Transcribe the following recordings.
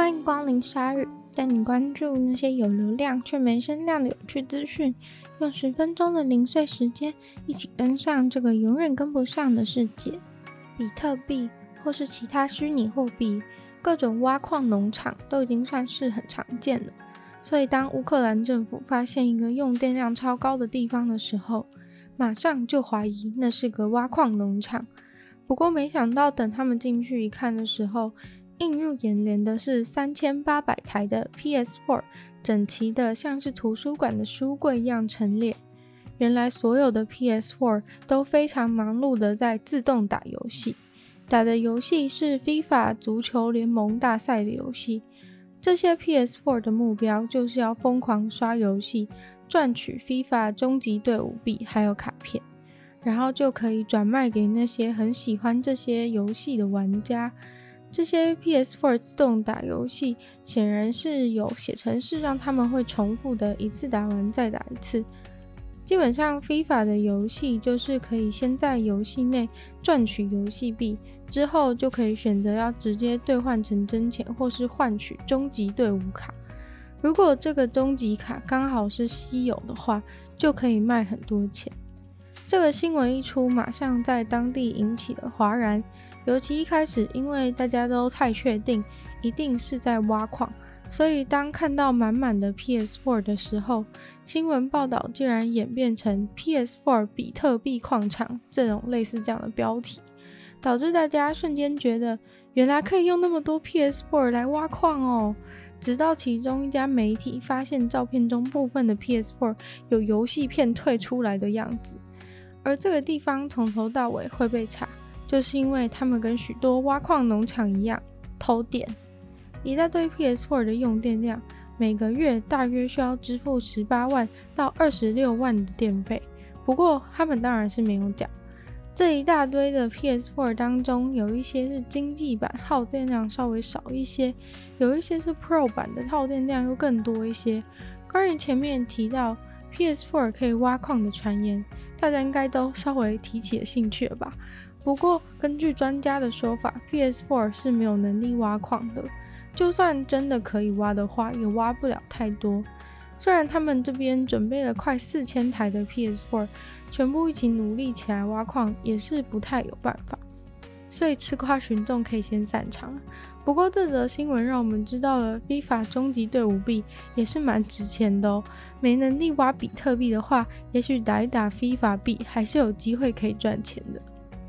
欢迎光临鲨鱼，带你关注那些有流量却没声量的有趣资讯，用10分钟的零碎时间，一起跟上这个永远跟不上的世界。比特币或是其他虚拟货币，各种挖矿农场都已经算是很常见了。所以当乌克兰政府发现一个用电量超高的地方的时候，马上就怀疑那是个挖矿农场。不过没想到等他们进去一看的时候，映入眼帘的是3800台的 PS4 整齐的像是图书馆的书柜一样陈列。原来所有的 PS4 都非常忙碌的在自动打游戏，打的游戏是 FIFA 足球联盟大赛的游戏。这些 PS4 的目标就是要疯狂刷游戏，赚取 FIFA 终极队伍币还有卡片，然后就可以转卖给那些很喜欢这些游戏的玩家。这些 PS4 自动打游戏显然是有写程式让他们会重复的一次打完再打一次。基本上 FIFA 的游戏就是可以先在游戏内赚取游戏币，之后就可以选择要直接兑换成真钱或是换取终极队伍卡。如果这个终极卡刚好是稀有的话，就可以卖很多钱。这个新闻一出，马上在当地引起了哗然，尤其一开始因为大家都太确定一定是在挖矿，所以当看到满满的 PS4 的时候，新闻报道竟然演变成 PS4 比特币矿场这种类似这样的标题，导致大家瞬间觉得原来可以用那么多 PS4 来挖矿哦。直到其中一家媒体发现照片中部分的 PS4 有游戏片退出来的样子，而这个地方从头到尾会被查，就是因为他们跟许多挖矿农场一样偷电。一大堆 PS4 的用电量，每个月大约需要支付18万到26万的电费，不过他们当然是没有讲。这一大堆的 PS4 当中，有一些是经济版，耗电量稍微少一些，有一些是 Pro 版的，耗电量又更多一些。关于前面提到 PS4 可以挖矿的传言，大家应该都稍微提起了兴趣了吧。不过根据专家的说法， PS4 是没有能力挖矿的，就算真的可以挖的话，也挖不了太多。虽然他们这边准备了快4000台的 PS4， 全部一起努力起来挖矿也是不太有办法，所以吃瓜群众可以先散场了。不过这则新闻让我们知道了 FIFA 终极队伍币也是蛮值钱的哦，没能力挖比特币的话，也许打一打 FIFA 币还是有机会可以赚钱的。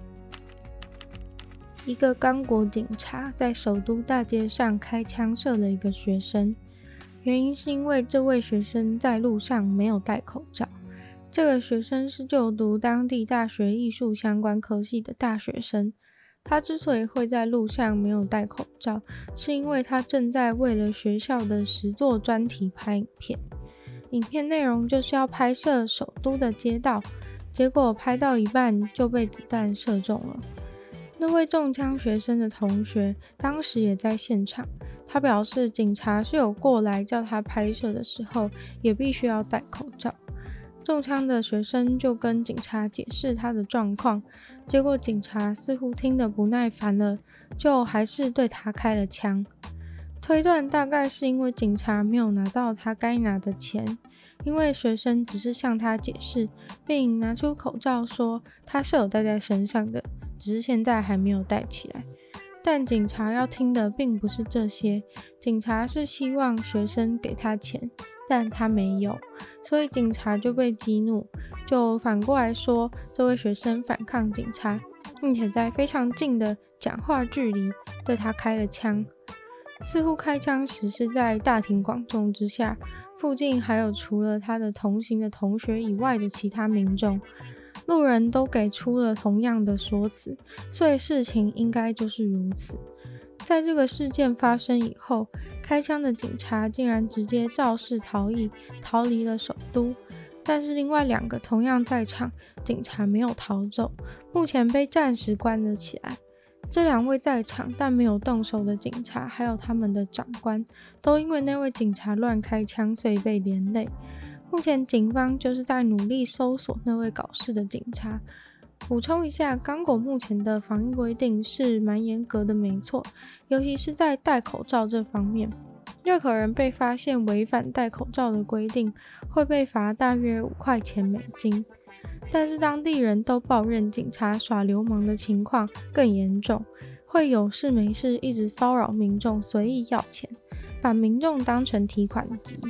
一个刚果警察在首都大街上开枪射了一个学生，原因是因为这位学生在路上没有戴口罩。这个学生是就读当地大学艺术相关科系的大学生，他之所以会在路上没有戴口罩，是因为他正在为了学校的实作专题拍影片。影片内容就是要拍摄首都的街道，结果拍到一半就被子弹射中了。那位中枪学生的同学当时也在现场，他表示警察是有过来叫他拍摄的时候也必须要戴口罩。中枪的学生就跟警察解释他的状况，结果警察似乎听得不耐烦了，就还是对他开了枪。推断大概是因为警察没有拿到他该拿的钱，因为学生只是向他解释，并拿出口罩说他是有戴在身上的，只是现在还没有戴起来。但警察要听的并不是这些，警察是希望学生给他钱，但他没有，所以警察就被激怒，就反过来说这位学生反抗警察，并且在非常近的讲话距离对他开了枪。似乎开枪时是在大庭广众之下，附近还有除了他的同行的同学以外的其他民众，路人都给出了同样的说辞，所以事情应该就是如此。在这个事件发生以后，开枪的警察竟然直接肇事逃逸，逃离了首都。但是另外2个同样在场，警察没有逃走，目前被暂时关了起来。这2位在场但没有动手的警察，还有他们的长官，都因为那位警察乱开枪，所以被连累。目前警方就是在努力搜索那位搞事的警察。 补充一下，刚果目前的防疫规定是蛮严格的，没错，尤其是在戴口罩这方面。任何人被发现违反戴口罩的规定，会被罚大约5块钱美金。但是当地人都抱怨警察耍流氓的情况更严重，会有事没事一直骚扰民众，随意要钱，把民众当成提款机。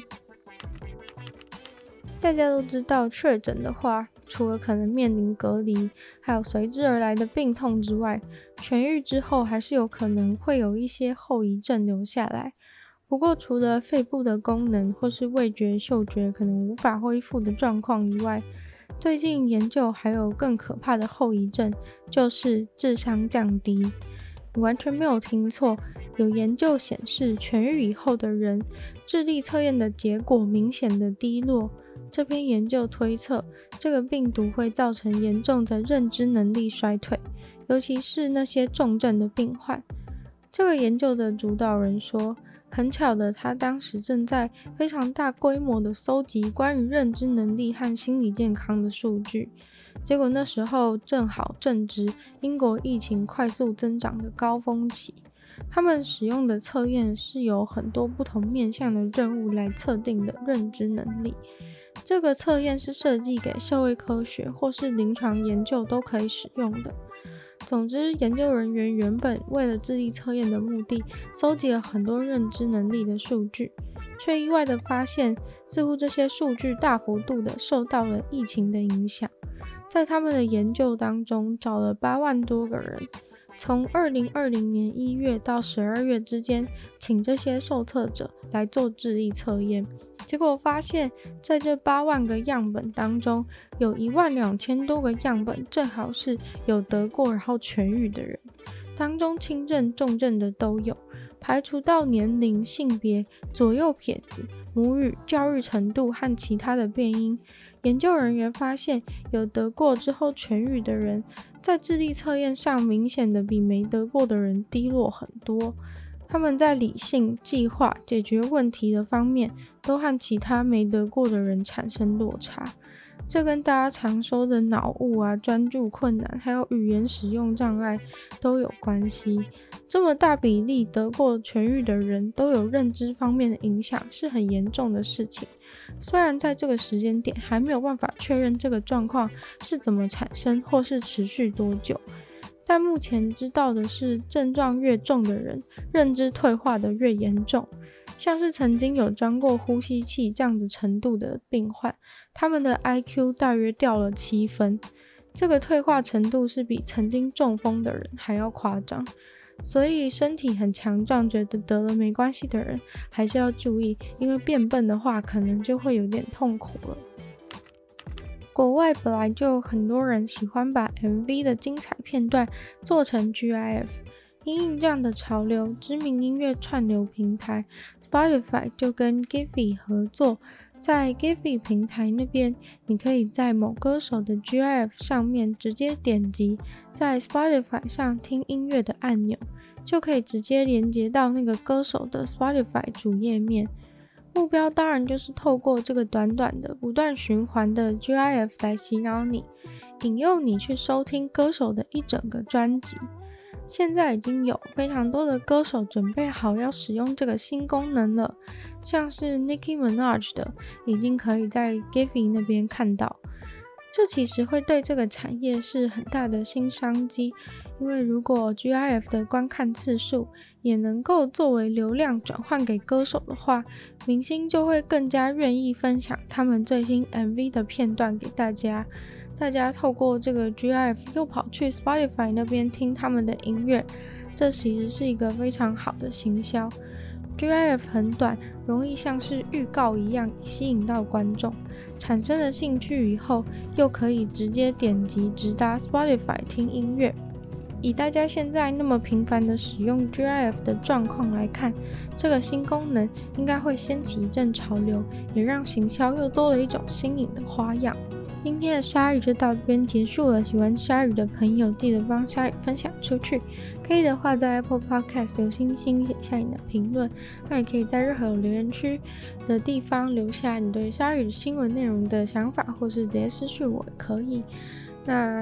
大家都知道，确诊的话，除了可能面临隔离，还有随之而来的病痛之外，痊愈之后还是有可能会有一些后遗症留下来。不过除了肺部的功能或是味觉、嗅觉可能无法恢复的状况以外，最近研究还有更可怕的后遗症，就是智商降低。你完全没有听错，有研究显示，痊愈以后的人，智力测验的结果明显的低落。这篇研究推测，这个病毒会造成严重的认知能力衰退，尤其是那些重症的病患。这个研究的主导人说，很巧的，他当时正在非常大规模的搜集关于认知能力和心理健康的数据，结果那时候正好正值英国疫情快速增长的高峰期。他们使用的测验是由很多不同面向的任务来测定的认知能力。这个测验是设计给社会科学或是临床研究都可以使用的。总之，研究人员原本为了智力测验的目的，搜集了很多认知能力的数据，却意外的发现，似乎这些数据大幅度的受到了疫情的影响。在他们的研究当中，找了8万多个人，从2020年1月到12月之间，请这些受测者来做智力测验。结果发现，在这8万个样本当中，有12000多个样本正好是有得过然后痊愈的人，当中轻症、重症的都有，排除到年龄、性别、左右撇子、母语、教育程度和其他的变因。研究人员发现，有得过之后痊愈的人，在智力测验上明显的比没得过的人低落很多。他们在理性、计划、解决问题的方面，都和其他没得过的人产生落差。这跟大家常说的脑雾啊、专注困难，还有语言使用障碍都有关系。这么大比例得过痊愈的人都有认知方面的影响，是很严重的事情。虽然在这个时间点还没有办法确认这个状况是怎么产生或是持续多久，但目前知道的是，症状越重的人，认知退化的越严重。像是曾经有装过呼吸器这样子程度的病患，他们的 IQ 大约掉了7分，这个退化程度是比曾经中风的人还要夸张。所以身体很强壮，觉得得了没关系的人，还是要注意，因为变笨的话，可能就会有点痛苦了。国外本来就有很多人喜欢把 MV 的精彩片段做成 GIF， 因应这样的潮流，知名音乐串流平台 Spotify 就跟 Giphy 合作，在 Giphy 平台那边，你可以在某歌手的 GIF 上面直接点击在 Spotify 上听音乐的按钮，就可以直接连接到那个歌手的 Spotify 主页面。目标当然就是透过这个短短的不断循环的 GIF 来洗脑你，引诱你去收听歌手的一整个专辑。现在已经有非常多的歌手准备好要使用这个新功能了，像是 Nicki Minaj 的已经可以在 Giphy 那边看到。这其实会对这个产业是很大的新商机，因为如果 GIF 的观看次数也能够作为流量转换给歌手的话，明星就会更加愿意分享他们最新 MV 的片段给大家。大家透过这个 GIF 又跑去 Spotify 那边听他们的音乐，这其实是一个非常好的行销。GIF 很短，容易像是预告一样吸引到观众，产生了兴趣以后，又可以直接点击直达 Spotify 听音乐。以大家现在那么频繁的使用 GIF 的状况来看，这个新功能应该会掀起一阵潮流，也让行销又多了一种新颖的花样。今天的鲨鱼就到这边结束了，喜欢鲨鱼的朋友记得帮鲨鱼分享出去，可以的话在 Apple Podcast 留星星写下你的评论，那也可以在任何留言区的地方留下你对鲨鱼的新闻内容的想法，或是直接私讯我也可以。那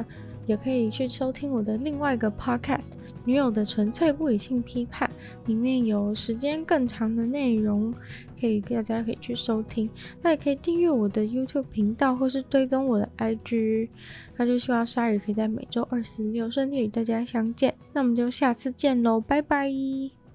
也可以去收听我的另外一个 podcast 女友的纯粹不理性批判，里面有时间更长的内容，大家可以去收听。那也可以订阅我的 YouTube 频道或是追踪我的 IG。那就希望鲨鱼可以在每周2、4、6顺利与大家相见，那我们就下次见咯，拜拜。